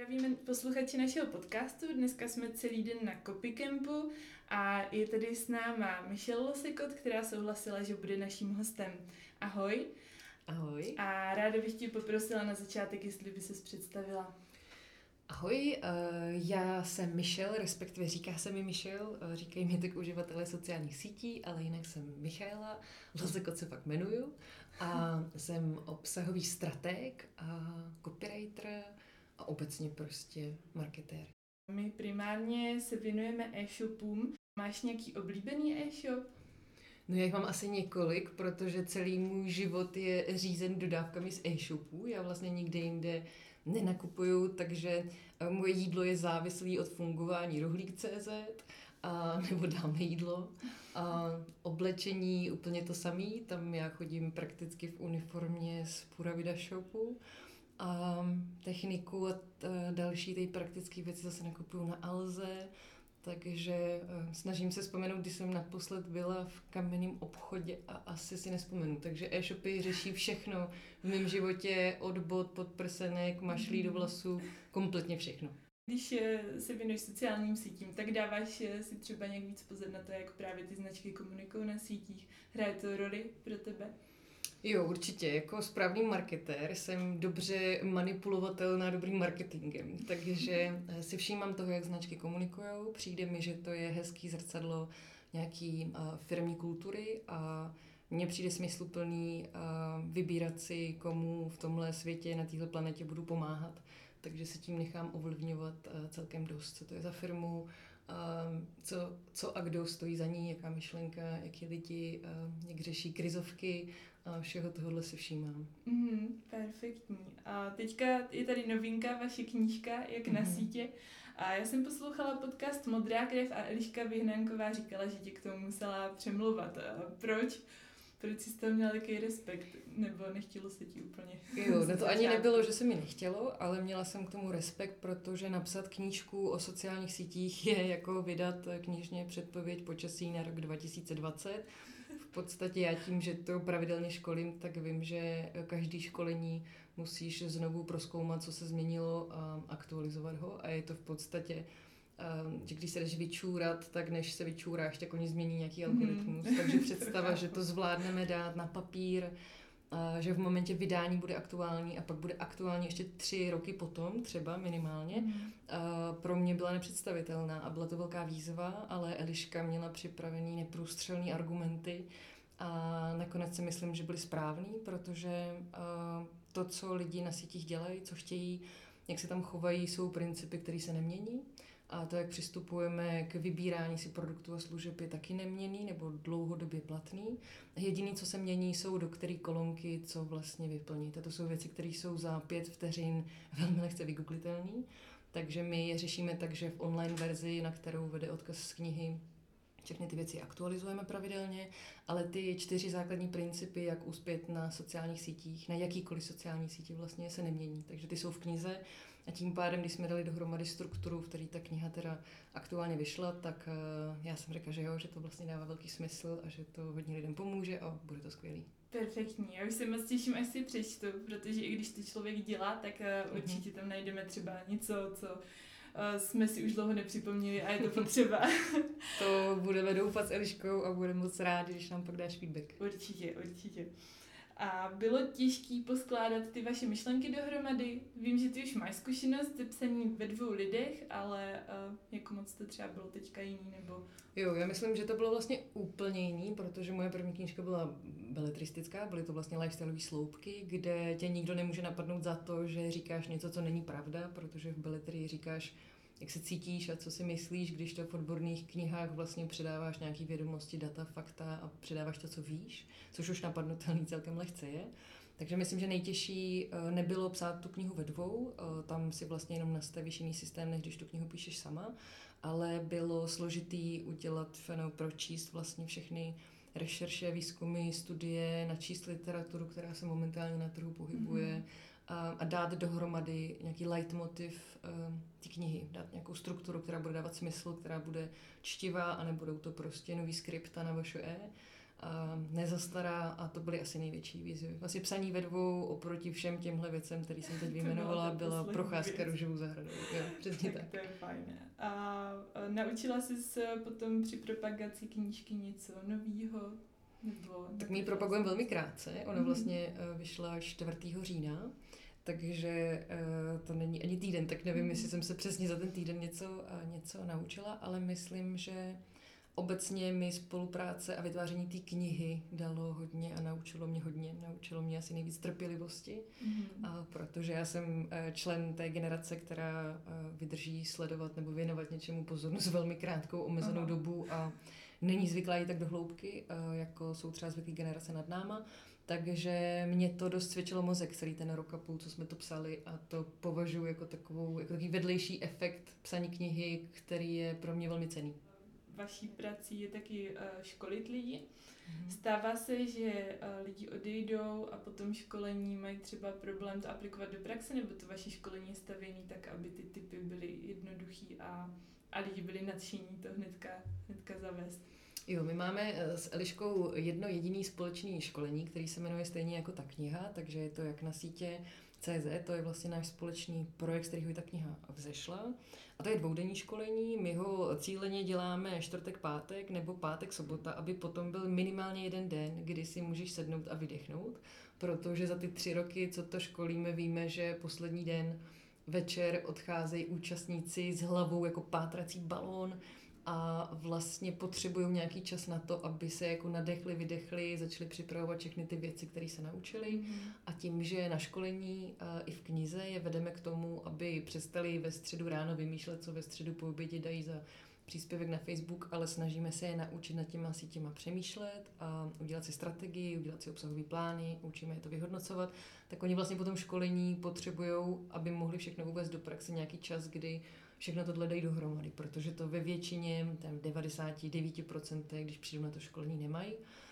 Zdravíme posluchači našeho podcastu. Dneska jsme celý den na Copycampu a je tady s náma Michelle Losekot, která souhlasila, že bude naším hostem. Ahoj. Ahoj. A ráda bych tě poprosila na začátek, jestli by ses představila. Ahoj, já jsem Michelle, respektive říká se mi Michelle, říkají mi tak uživatelé sociálních sítí, ale jinak jsem Michaela, Losekot se pak jmenuju a jsem obsahový stratég a copywriter a obecně prostě marketér. My primárně se věnujeme e-shopům. Máš nějaký oblíbený e-shop? No já jich mám asi několik, protože celý můj život je řízen dodávkami z e-shopů. Já vlastně nikde jinde nenakupuju, takže moje jídlo je závislé od fungování rohlík.cz nebo dáme jídlo. A oblečení úplně to samé, tam já chodím prakticky v uniformě z Pura Vida shopu. A techniku a další ty praktické věci zase nakupuju na Alze. Takže snažím se vzpomenout, když jsem naposled byla v kamenném obchodě a asi si nespomenu. Takže e-shopy řeší všechno v mém životě, od bot, podprsenek, mašlí do vlasů, kompletně všechno. Když se věnuješ sociálním sítím, tak dáváš si třeba nějak víc pozor na to, jak právě ty značky komunikují na sítích. Hraje to roli pro tebe? Jo, určitě. Jako správný marketér jsem dobře manipulovatelná dobrým marketingem, takže si všímám toho, jak značky komunikujou. Přijde mi, že to je hezký zrcadlo nějaký firmní kultury a mně přijde smysluplný vybírat si, komu v tomhle světě, na této planetě budu pomáhat. Takže se tím nechám ovlivňovat celkem dost, co to je za firmu, co a kdo stojí za ní, jaká myšlenka, jaký lidi, jak řeší krizovky a všeho tohohle si všímám. Perfektní. A teďka je tady novinka, vaše knížka, jak na sítě. A já jsem poslouchala podcast Modrá krev a Eliška Vyhnánková říkala, že tě k tomu musela přemlouvat. Proč? Proč jsi tam měla takový respekt? Nebo nechtělo se ti úplně? Jo, no to ani nebylo, že se mi nechtělo, ale měla jsem k tomu respekt, protože napsat knížku o sociálních sítích je jako vydat knižně předpověď počasí na rok 2020. V podstatě já tím, že to pravidelně školím, tak vím, že každý školení musíš znovu prozkoumat, co se změnilo a aktualizovat ho a je to v podstatě že když se jdeš vyčůrat, tak než se vyčůráš, tak oni změní nějaký algoritmus. Takže představa, že to zvládneme dát na papír, že v momentě vydání bude aktuální a pak bude aktuální ještě 3 roky potom, třeba minimálně, pro mě byla nepředstavitelná a byla to velká výzva, ale Eliška měla připravený neprůstřelný argumenty a nakonec si myslím, že byly správný, protože to, co lidi na sítích dělají, co chtějí, jak se tam chovají, jsou principy, které se nemění. A to, jak přistupujeme k vybírání si produktů a služeb, je taky neměnný nebo dlouhodobě platný. Jediné, co se mění, jsou do které kolonky, co vlastně vyplnit. A to jsou věci, které jsou za 5 vteřin velmi lehce vygooglitelné. Takže my je řešíme tak, že v online verzi, na kterou vede odkaz z knihy, všechny ty věci aktualizujeme pravidelně, ale ty 4 základní principy, jak uspět na sociálních sítích, na jakýkoliv sociální síti vlastně se nemění. Takže ty jsou v knize a tím pádem, když jsme dali dohromady strukturu, v který ta kniha teda aktuálně vyšla, tak já jsem řekla, že jo, že to vlastně dává velký smysl a že to hodně lidem pomůže a bude to skvělý. Perfektní, já už se moc těším, až si přečtu, protože i když to člověk dělá, tak určitě tam najdeme třeba něco, co jsme si už dlouho nepřipomněli a je to potřeba. To budeme doufat s Eliškou a budeme moc rádi, když nám pak dáš feedback. Určitě. A bylo těžké poskládat ty vaše myšlenky dohromady? Vím, že ty už máš zkušenost se psaní ve 2 lidech, ale jak moc to třeba bylo teďka jiný, nebo... Jo, já myslím, že to bylo vlastně úplně jiný, protože moje první knížka byla beletristická, byly to vlastně lifestyleové sloupky, kde tě nikdo nemůže napadnout za to, že říkáš něco, co není pravda, protože v beletrii říkáš, jak se cítíš a co si myslíš, když to v odborných knihách vlastně předáváš nějaké vědomosti, data, fakta a předáváš to, co víš, což už napadnutelný celkem lehce je. Takže myslím, že nejtěžší nebylo psát tu knihu ve 2, tam si vlastně jenom nastavíš jiný systém, než když tu knihu píšeš sama, ale bylo složitý udělat, pročíst vlastně všechny rešerše, výzkumy, studie, načíst literaturu, která se momentálně na trhu pohybuje, a dát dohromady nějaký leitmotiv té knihy, dát nějakou strukturu, která bude dávat smysl, která bude čtivá a nebudou to prostě nový skripta na vaše nezastará a to byly asi největší výzvy. Vlastně psaní ve dvou oproti všem těmhle věcem, který jsem teď vyjmenovala, byla procházka růžovou zahradou. Jo, přesně tak. To je fajn. A naučila jsi se potom při propagaci knížky něco novýho? Tak my ji propagujeme velmi krátce. Ona vlastně vyšla 4. října, takže to není ani týden, tak nevím, jestli jsem se přesně za ten týden něco naučila, ale myslím, že obecně mi spolupráce a vytváření té knihy dalo hodně a naučilo mě hodně. Naučilo mě asi nejvíc trpělivosti, protože já jsem člen té generace, která vydrží sledovat nebo věnovat něčemu pozornost velmi krátkou omezenou dobu a není zvyklá jít tak do hloubky, jako jsou třeba zvyklí generace nad náma. Takže mě to dost cvičilo mozek celý ten rok a půl, co jsme to psali a to považuji jako takový vedlejší efekt psaní knihy, který je pro mě velmi cenný. Vaší prací je taky školit lidi. Stává se, že lidi odejdou a potom školení mají třeba problém to aplikovat do praxe, nebo to vaše školení je stavěné tak, aby ty typy byly jednoduchý a lidi byli nadšení to hnedka zavést? Jo, my máme s Eliškou jedno jediné společné školení, který se jmenuje stejně jako ta kniha, takže je to jak na sítě CZ, to je vlastně náš společný projekt, z kterého ta kniha vzešla. A to je dvoudenní školení, my ho cíleně děláme čtvrtek, pátek nebo pátek, sobota, aby potom byl minimálně jeden den, kdy si můžeš sednout a vydechnout, protože za ty 3 roky, co to školíme, víme, že poslední den večer odcházejí účastníci s hlavou jako pátrací balón, a vlastně potřebují nějaký čas na to, aby se jako nadechli, vydechli, začali připravovat všechny ty věci, které se naučili. A tím, že na školení i v knize je vedeme k tomu, aby přestali ve středu ráno vymýšlet, co ve středu po obědě dají za příspěvek na Facebook, ale snažíme se je naučit nad těma sítěma přemýšlet a udělat si strategii, udělat si obsahový plány, učíme je to vyhodnocovat, tak oni vlastně po tom školení potřebují, aby mohli všechno uvést do praxe nějaký čas, kdy všechno tohle dají dohromady, protože to ve většině, tam 99%, když přijdou na to školení, nemají.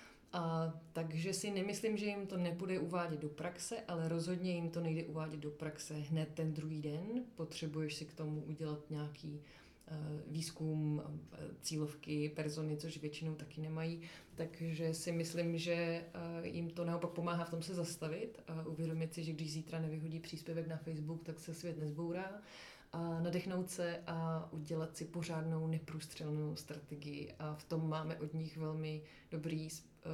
Takže si nemyslím, že jim to nepůjde uvádět do praxe, ale rozhodně jim to nejde uvádět do praxe hned ten druhý den. Potřebuješ si k tomu udělat nějaký výzkum, cílovky, persony, což většinou taky nemají. Takže si myslím, že jim to naopak pomáhá v tom se zastavit a uvědomit si, že když zítra nevyhodí příspěvek na Facebook, tak se svět nezbourá. A nadechnout se a udělat si pořádnou neprůstřelnou strategii. A v tom máme od nich velmi dobrý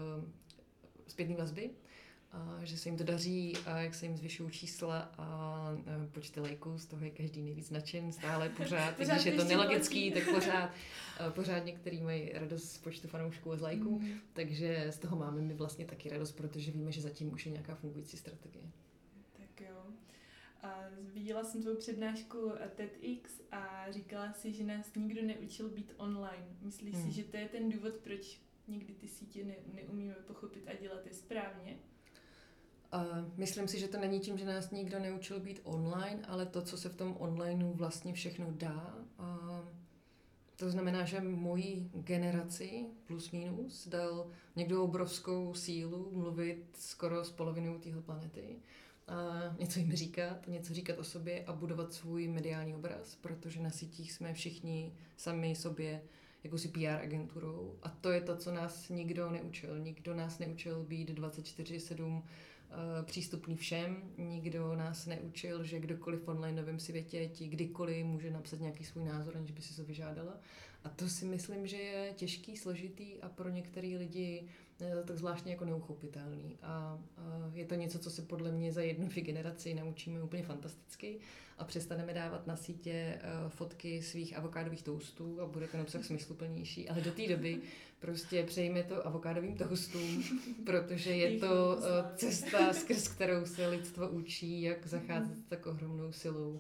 zpětný vazby, že se jim to daří a jak se jim zvyšují čísla a počty lajků, z toho je každý nejvíc nadšen, stále pořád, když je to nelogický, tak pořád některý mají radost z počtu fanoušků a z lajků, takže z toho máme my vlastně taky radost, protože víme, že zatím už je nějaká fungující strategie. Tak jo. Viděla jsem tvou přednášku TEDx a říkala si, že nás nikdo neučil být online. Myslíš si, že to je ten důvod, proč někdy ty sítě neumíme pochopit a dělat je správně? Myslím si, že to není tím, že nás nikdo neučil být online, ale to, co se v tom onlineu vlastně všechno dá. To znamená, že mojí generaci plus minus dal někdo obrovskou sílu mluvit skoro s polovinou téhle planety. Něco jim říkat, něco říkat o sobě a budovat svůj mediální obraz, protože na sítích jsme všichni sami sobě jakousi PR agenturou a to je to, co nás nikdo neučil. Nikdo nás neučil být 24/7 přístupný všem, nikdo nás neučil, že kdokoliv v onlineovém světě ti kdykoliv může napsat nějaký svůj názor, aniž by si to vyžádala. A to si myslím, že je těžký, složitý a pro některé lidi tak zvláštně jako neuchopitelný. A je to něco, co se podle mě za 1-2 generaci naučíme úplně fantasticky a přestaneme dávat na sítě fotky svých avokádových toastů a bude ten obsah smysluplnější. Ale do té doby prostě přejme to avokádovým toastům, protože je to cesta, skrz kterou se lidstvo učí, jak zacházet s tak ohromnou silou.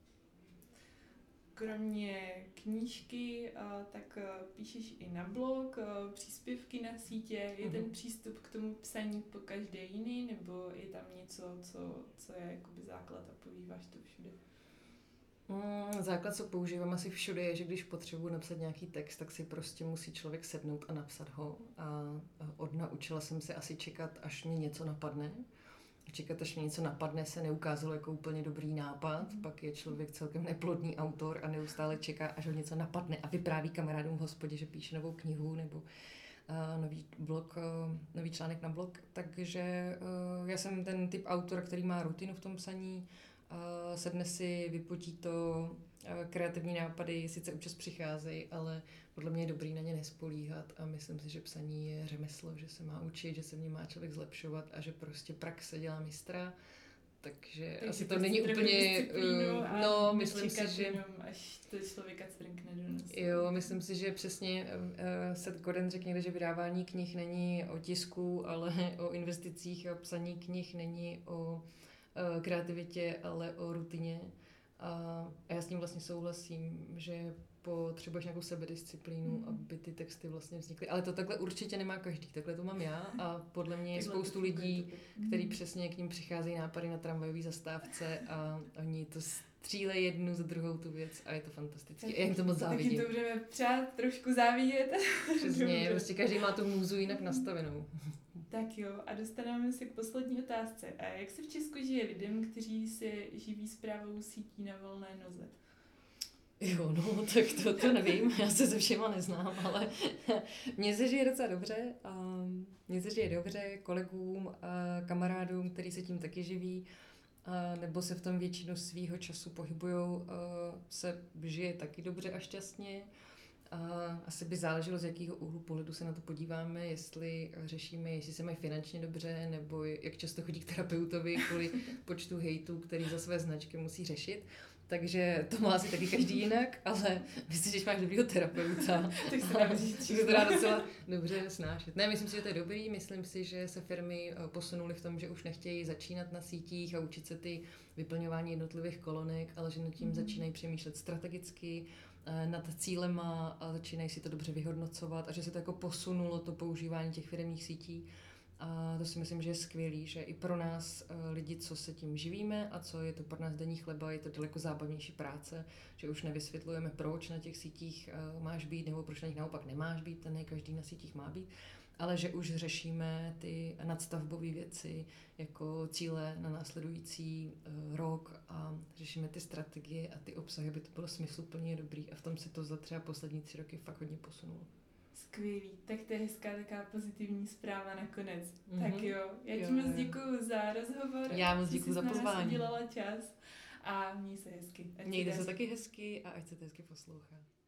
Kromě knížky, tak píšeš i na blog, příspěvky na sítě. Je ten přístup k tomu psaní po každé jiný, nebo je tam něco, co je jakoby základ a používáš to všude? Základ, co používám asi všude, je, že když potřebuji napsat nějaký text, tak si prostě musí člověk sednout a napsat ho. A odnaučila jsem se asi čekat, až mě něco napadne. Čekat, až mě něco napadne, se neukázalo jako úplně dobrý nápad, pak je člověk celkem neplodný autor a neustále čeká, až ho něco napadne a vypráví kamarádům v hospodě, že píše novou knihu nebo nový článek na blog, takže já jsem ten typ autor, který má rutinu v tom psaní, sedne si, vypotí to, kreativní nápady sice občas přicházejí, ale podle mě je dobrý na ně nespolíhat a myslím si, že psaní je řemeslo, že se má učit, že se v něm má člověk zlepšovat a že prostě praxe dělá mistra. Takže asi to není úplně, no, myslím si, že až to člověka crkne do nosu. Jo, myslím si, že přesně Seth Godin řekl někde, že vydávání knih není o tisku, ale o investicích a psaní knih není o kreativitě, ale o rutině. A já s ním vlastně souhlasím, že potřebuješ nějakou sebedisciplínu, aby ty texty vlastně vznikly. Ale to takhle určitě nemá každý, takhle to mám já a podle mě je spoustu lidí, který přesně k ním přicházejí nápady na tramvajové zastávce a oni to střílejí jednu za druhou tu věc a je to fantastické. Já jim to moc závidím. Taky to budeme přát trošku závidět. Přesně, prostě každý má tu můzu jinak nastavenou. Tak jo, a dostaneme se k poslední otázce. A jak se v Česku žije lidem, kteří se živí správou sítí na volné noze? Jo, no, tak to nevím, já se všema neznám, ale mně se žije docela dobře. Mně se žije dobře, kolegům, kamarádům, kteří se tím taky živí, nebo se v tom většinu svýho času pohybujou, se žije taky dobře a šťastně. Asi by záleželo, z jakého úhlu pohledu se na to podíváme, jestli řešíme, jestli se mají finančně dobře, nebo jak často chodí k terapeutovi kvůli počtu hejtů, který za své značky musí řešit. Takže to má asi taky každý jinak, ale myslím, že když máš dobrýho terapeuta, tak se to dá docela dobře snášet. Ne, myslím si, že to je dobrý, myslím si, že se firmy posunuly v tom, že už nechtějí začínat na sítích a učit se ty vyplňování jednotlivých kolonek, ale že nad tím začínají přemýšlet strategicky, nad cílema a začínají si to dobře vyhodnocovat a že se to jako posunulo to používání těch firemních sítí. A to si myslím, že je skvělý, že i pro nás lidi, co se tím živíme a co je to pro nás denní chleba, je to daleko zábavnější práce, že už nevysvětlujeme, proč na těch sítích máš být nebo proč na nich naopak nemáš být, ne každý na sítích má být, ale že už řešíme ty nadstavbové věci jako cíle na následující rok a řešíme ty strategie a ty obsahy, aby to bylo smysluplně dobrý a v tom se to za třeba poslední 3 roky fakt hodně posunulo. Skvělý, tak to je hezká taková pozitivní zpráva nakonec. Tak jo, já ti moc děkuju za rozhovor. Já moc děkuju za pozvání. Udělala čas a měj se hezky. Mějte se taky hezky a ať se to hezky poslouchá.